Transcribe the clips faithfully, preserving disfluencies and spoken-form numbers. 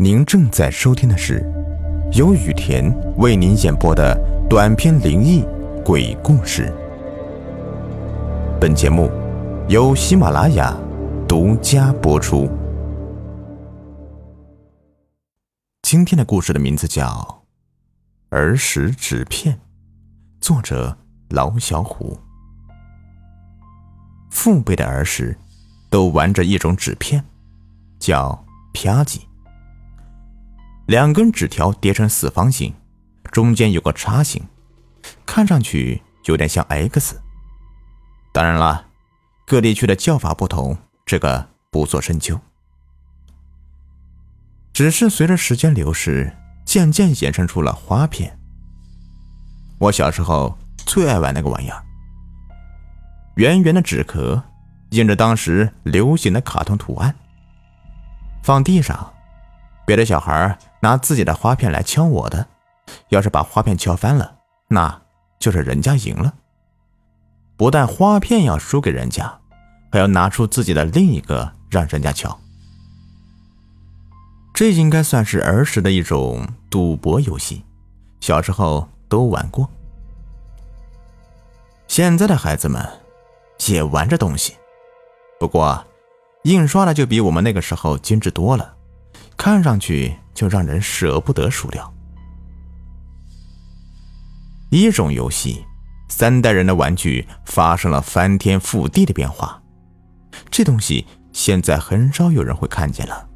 您正在收听的是由雨田为您演播的短篇灵异鬼故事。本节目由喜马拉雅独家播出。今天的故事的名字叫儿时纸片，作者老小虎。父辈的儿时都玩着一种纸片，叫啪叽。两根纸条叠成四方形，中间有个叉形，看上去有点像 X。 当然了，各地区的叫法不同，这个不做深究。只是随着时间流逝，渐渐衍生出了花片。我小时候最爱玩那个玩意儿，圆圆的纸壳，印着当时流行的卡通图案，放地上，别的小孩拿自己的花片来敲我的，要是把花片敲翻了，那就是人家赢了。不但花片要输给人家，还要拿出自己的另一个让人家敲。这应该算是儿时的一种赌博游戏，小时候都玩过。现在的孩子们也玩这东西，不过印刷的就比我们那个时候精致多了，看上去就让人舍不得输掉。一种游戏，三代人的玩具发生了翻天覆地的变化，这东西现在很少有人会看见了。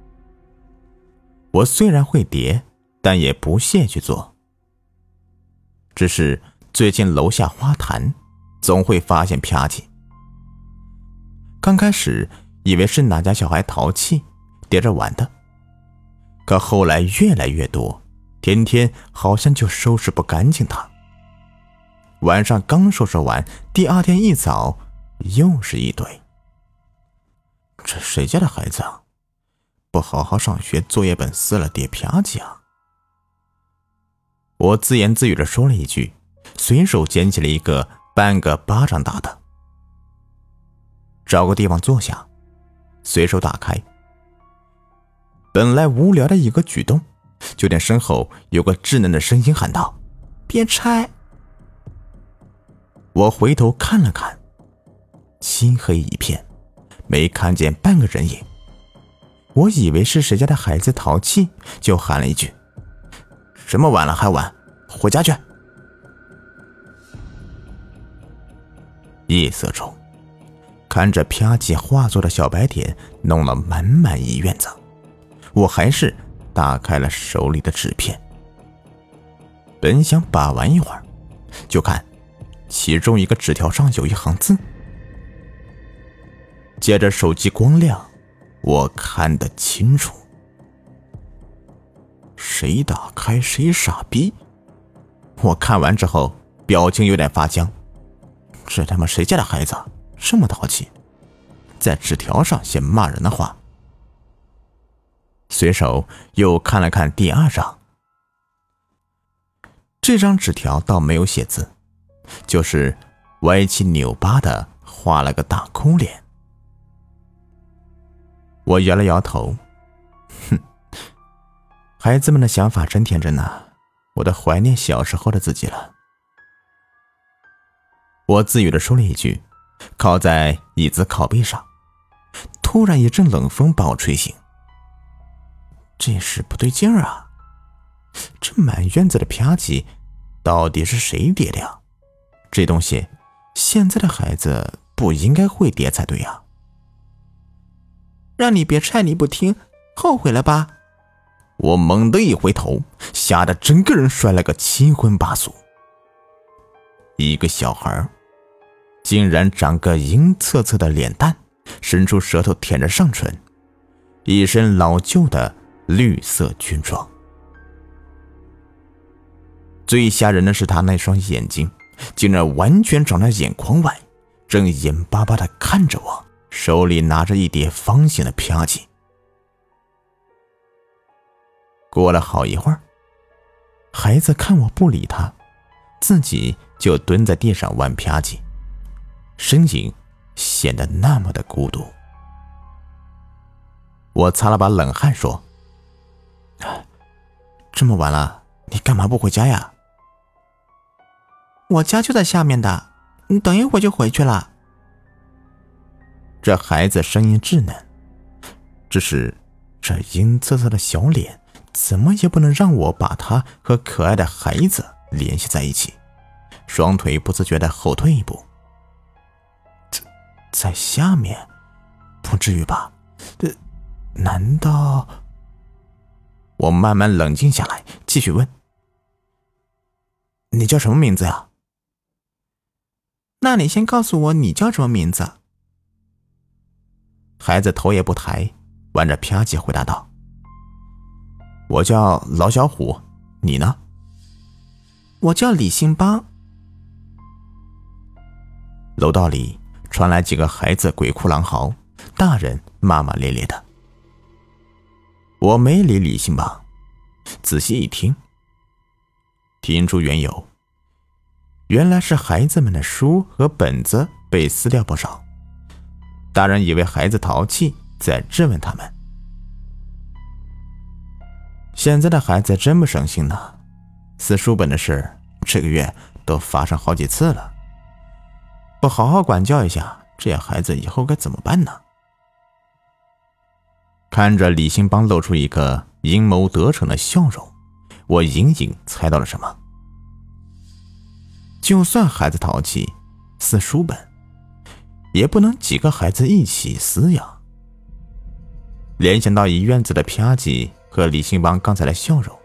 我虽然会叠，但也不屑去做。只是最近楼下花坛总会发现啪叽。刚开始以为是哪家小孩淘气叠着玩的，可后来越来越多，天天好像就收拾不干净它。晚上刚收拾完，第二天一早又是一堆。这谁家的孩子啊？不好好上学，作业本撕了叠啪叽啊！我自言自语地说了一句，随手捡起了一个半个巴掌大的，找个地方坐下，随手打开。本来无聊的一个举动，就见身后有个稚嫩的声音喊道：“别拆！”我回头看了看，漆黑一片，没看见半个人影。我以为是谁家的孩子淘气，就喊了一句：“什么晚了还玩，回家去！”夜色中，看着啪叽化作的小白点弄了满满一院子，我还是打开了手里的纸片。本想把玩一会儿，就看其中一个纸条上有一行字。借着手机光亮，我看得清楚。谁打开谁傻逼。我看完之后表情有点发僵，这他妈谁家的孩子这么淘气，在纸条上写骂人的话。随手又看了看第二张，这张纸条倒没有写字，就是歪七扭八的画了个大哭脸。我摇了摇头，哼，孩子们的想法真天真啊，我都怀念小时候的自己了。我自语地说了一句，靠在椅子靠背上，突然一阵冷风把我吹醒。这事不对劲儿啊，这满院子的啪叽到底是谁叠的呀？这东西现在的孩子不应该会叠才对呀。让你别拆你不听，后悔了吧？我猛地一回头，吓得整个人摔了个七荤八素。一个小孩竟然长个阴恻恻的脸蛋，伸出舌头舔着上唇，一身老旧的绿色军装。最吓人的是他那双眼睛竟然完全长在眼眶外，正眼巴巴地看着我，手里拿着一叠方形的啪叽。过了好一会儿，孩子看我不理他，自己就蹲在地上玩啪叽，身影显得那么的孤独。我擦了把冷汗说：“ 这么晚了，你干嘛不回家呀？ 我家就在下面的，你等一会儿就回去了。 这孩子声音稚嫩，只是这阴恻恻的小脸怎么也不能让我把他和可爱的孩子联系在一起，双腿不自觉地后退一步。在在下面？不至于吧？这难道……我慢慢冷静下来，继续问：你叫什么名字呀？ 那你先告诉我你叫什么名字？ 孩子头也不抬，玩着啪叽回答道：我叫老小虎，你呢？ 我叫李兴邦。 楼道里传来几个孩子鬼哭狼嚎，大人骂骂咧咧的。我没理李兴邦，仔细一听，听出缘由，原来是孩子们的书和本子被撕掉不少，大人以为孩子淘气，在质问他们。现在的孩子真不省心呢，撕书本的事这个月都发生好几次了，不好好管教一下，这样孩子以后该怎么办呢？看着李兴邦露出一个阴谋得逞的笑容，我隐隐猜到了什么。就算孩子淘气撕书本，也不能几个孩子一起撕呀。联想到一院子的啪叽和李兴邦刚才的笑容，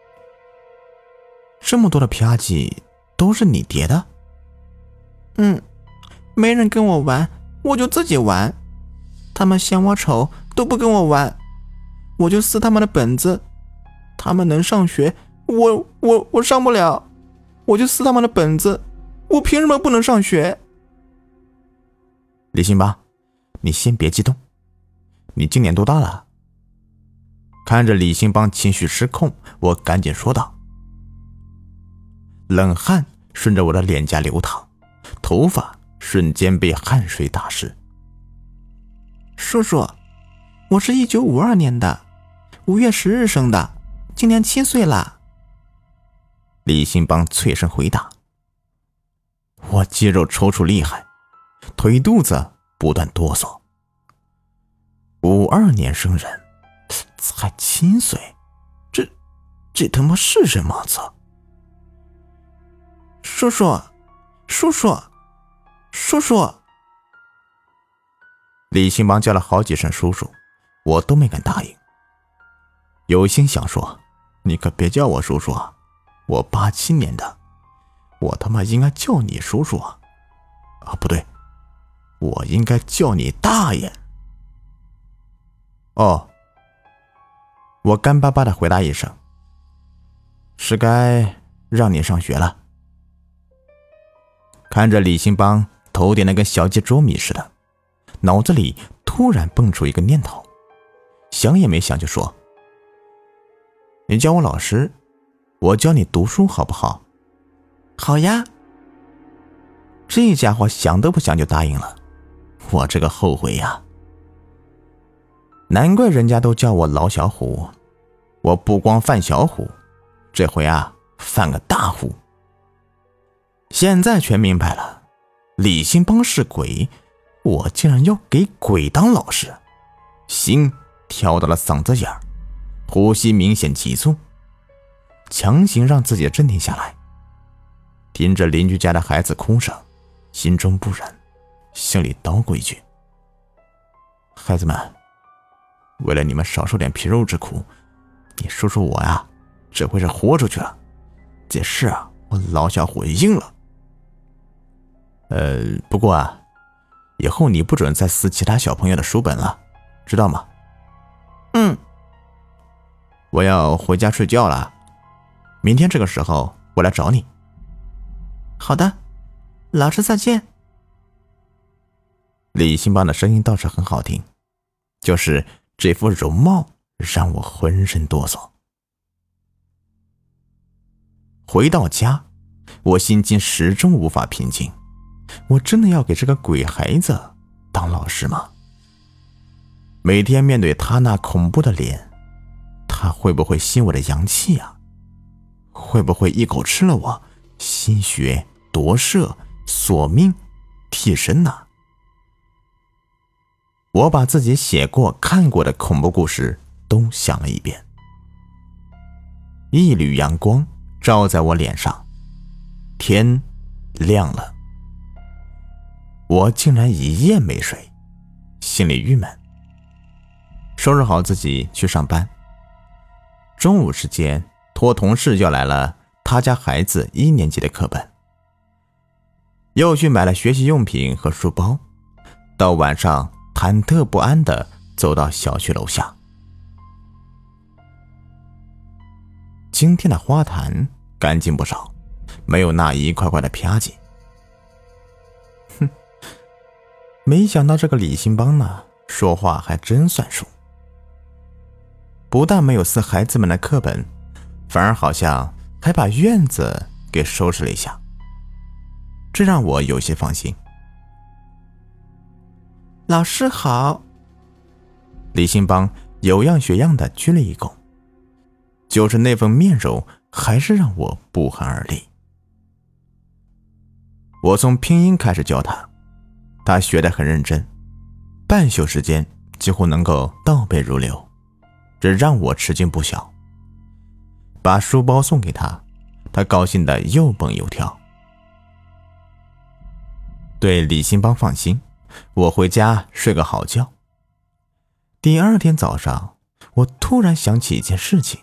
这么多的啪叽都是你叠的？ 嗯，没人跟我玩，我就自己玩。他们嫌我丑，都不跟我玩，我就撕他们的本子。他们能上学，我我我上不了，我就撕他们的本子，我凭什么不能上学？ 李兴邦，你先别激动，你今年多大了？看着李兴邦情绪失控，我赶紧说道。冷汗顺着我的脸颊流淌，头发瞬间被汗水打湿。 叔叔，我是一九五二年的，五月十日生的，今年七岁了。 李兴邦脆声回答。我肌肉抽搐厉害，腿肚子不断哆嗦。五二年生人，才七岁，这这他妈是什么子？ 叔叔，叔叔，叔叔！ 李兴邦叫了好几声叔叔，我都没敢答应。有心想说，你可别叫我叔叔啊，我八七年的，我他妈应该叫你叔叔啊！啊，不对，我应该叫你大爷。哦，我干巴巴的回答一声，是该让你上学了。看着李兴邦头点的跟小鸡啄米似的，脑子里突然蹦出一个念头，想也没想就说：你叫我老师，我教你读书好不好？ 好呀。 这家伙想都不想就答应了，我这个后悔呀！难怪人家都叫我老小虎，我不光犯小虎，这回啊犯个大虎。现在全明白了，李兴邦是鬼，我竟然要给鬼当老师，心跳到了嗓子眼儿，呼吸明显急促，强行让自己镇定下来。听着邻居家的孩子哭声，心中不忍，心里叨咕一句：孩子们，为了你们少受点皮肉之苦，你叔叔我呀，这回是豁出去了。这事啊，我老小虎应了。呃，不过啊，以后你不准再撕其他小朋友的书本了，知道吗？ 嗯。 我要回家睡觉了，明天这个时候我来找你。 好的，老师再见。 李兴邦的声音倒是很好听，就是这副容貌让我浑身哆嗦。回到家，我心情始终无法平静。我真的要给这个鬼孩子当老师吗？每天面对他那恐怖的脸， 他会不会吸我的阳气啊？会不会一口吃了我，吸血夺舍索命替身呢、啊？我把自己写过看过的恐怖故事都想了一遍。一缕阳光照在我脸上，天亮了。我竟然一夜没睡，心里郁闷。收拾好自己去上班。中午时间，托同事要来了他家孩子一年级的课本，又去买了学习用品和书包。到晚上，忐忑不安地走到小区楼下。今天的花坛干净不少，没有那一块块的啪叽。哼，没想到这个李兴邦呢，说话还真算数。不但没有撕孩子们的课本，反而好像还把院子给收拾了一下，这让我有些放心。 老师好。 李兴邦有样学样的鞠了一躬，就是那份面容还是让我不寒而栗。我从拼音开始教他，他学得很认真，半宿时间几乎能够倒背如流，这让我吃惊不小。把书包送给他，他高兴得又蹦又跳。对李兴邦放心，我回家睡个好觉。第二天早上，我突然想起一件事情，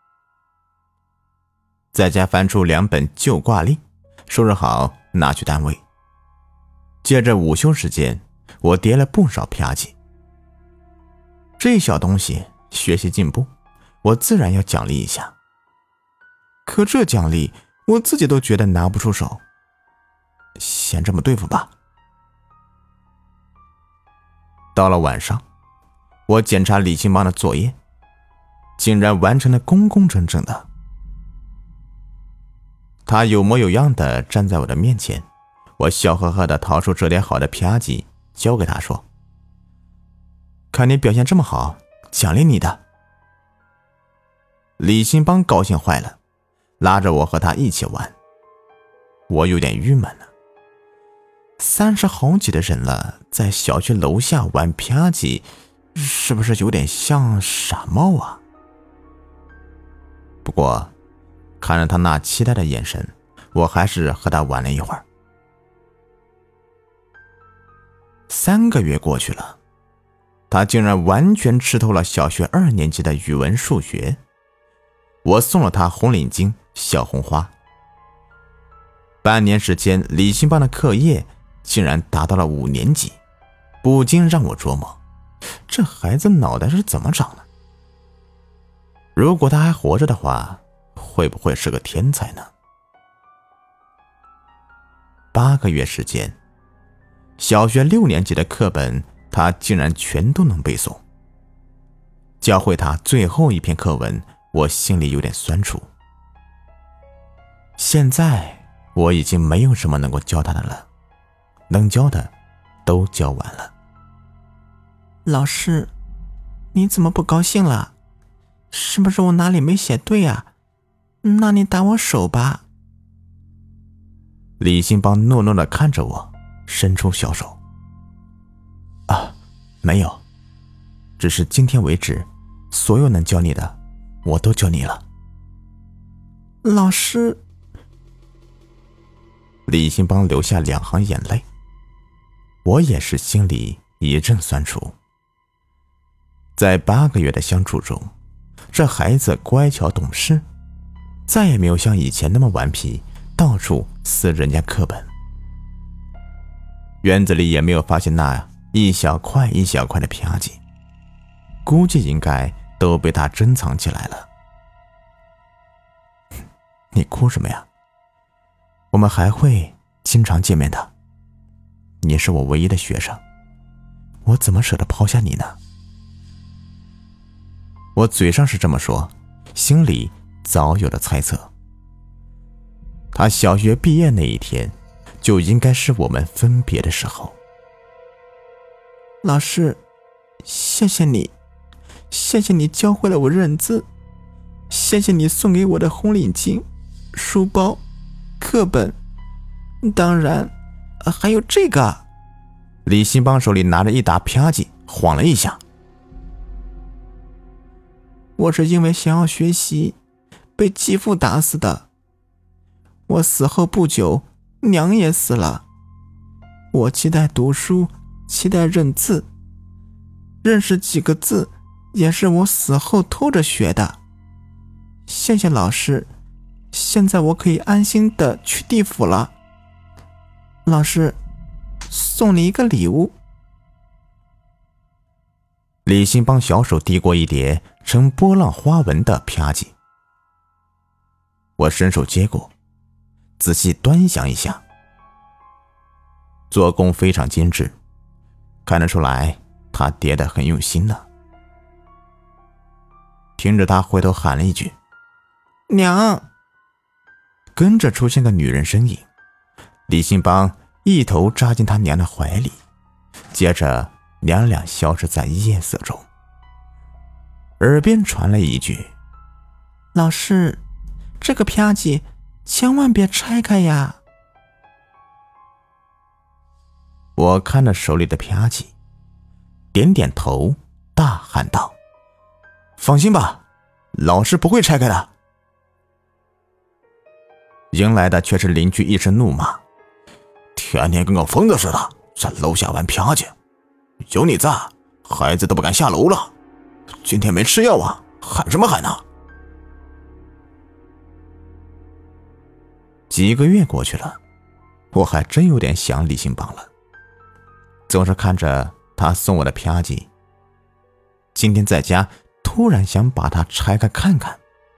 在家翻出两本旧挂历，收拾好拿去单位。借着午休时间，我叠了不少啪叽。这小东西学习进步，我自然要奖励一下。可这奖励我自己都觉得拿不出手，先这么对付吧。到了晚上，我检查李兴邦的作业，竟然完成了工工整整的。他有模有样的站在我的面前，我笑呵呵的掏出折叠好的啪叽交给他说：“看你表现这么好，奖励你的。”李兴邦高兴坏了，拉着我和他一起玩。我有点郁闷了，三十好几的人了，在小区楼下玩啪叽，是不是有点像傻帽啊？不过看着他那期待的眼神，我还是和他玩了一会儿。三个月过去了，他竟然完全吃透了小学二年级的语文数学。我送了他红领巾、小红花。半年时间，李兴邦的课业竟然达到了五年级，不禁让我琢磨，这孩子脑袋是怎么长的？如果他还活着的话，会不会是个天才呢？八个月时间，小学六年级的课本他竟然全都能背诵。教会他最后一篇课文，我心里有点酸楚。现在我已经没有什么能够教他的了，能教的都教完了。 老师，你怎么不高兴了？是不是我哪里没写对啊？那你打我手吧。 李兴邦诺诺地看着我，伸出小手。啊，没有，只是今天为止，所有能教你的，我都教你了。 老师。 李兴邦流下两行眼泪，我也是心里一阵酸楚。在八个月的相处中，这孩子乖巧懂事，再也没有像以前那么顽皮，到处撕人家课本。院子里也没有发现那一小块一小块的啪叽，估计应该都被他珍藏起来了。你哭什么呀？我们还会经常见面的，你是我唯一的学生，我怎么舍得抛下你呢？我嘴上是这么说，心里早有了猜测。他小学毕业那一天，就应该是我们分别的时候。 老师，谢谢你，谢谢你教会了我认字， 谢谢你送给我的红领巾、书包、课本，当然还有这个。 李新邦手里拿着一沓啪叽，晃了一下。 我是因为想要学习，被继父打死的。我死后不久，娘也死了。我期待读书，期待认字，认识几个字也是我死后偷着学的。谢谢老师，现在我可以安心的去地府了。老师，送你一个礼物。 李新邦小手递过一叠呈波浪花纹的啪叽，我伸手接过，仔细端详一下，做工非常精致，看得出来他叠得很用心呢。听着他回头喊了一句娘， 跟着出现个女人身影，李新邦一头扎进他娘的怀里，接着娘俩消失在夜色中。耳边传来一句： 老师，这个啪叽千万别拆开呀。 我看着手里的啪叽，点点头，大喊道：放心吧，老师不会拆开的。迎来的却是邻居一声怒骂：天天跟个疯子似的在楼下玩啪叽，有你在，孩子都不敢下楼了。今天没吃药啊，喊什么喊呢？几个月过去了，我还真有点想李新邦了。总是看着他送我的啪叽，今天在家突然想把它拆开看看。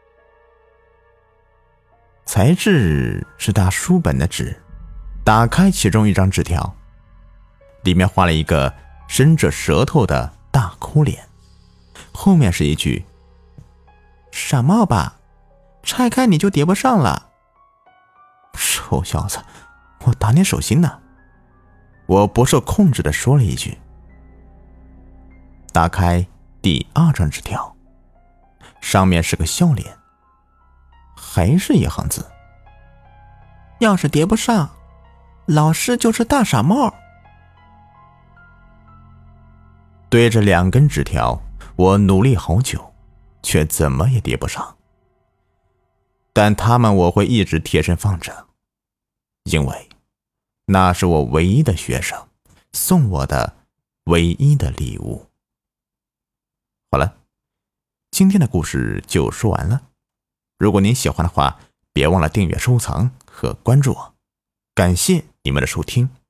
材质是大书本的纸，打开其中一张纸条，里面画了一个伸着舌头的大哭脸，后面是一句： 傻帽吧，拆开你就叠不上了。 臭小子，我打你手心呢。我不受控制地说了一句。打开第二张纸条，上面是个笑脸，还是一行字： 要是叠不上，老师就是大傻帽。 对着两根纸条，我努力好久，却怎么也叠不上。但他们我会一直贴身放着，因为那是我唯一的学生送我的唯一的礼物。好了，今天的故事就说完了。如果您喜欢的话，别忘了订阅、收藏和关注我。感谢你们的收听。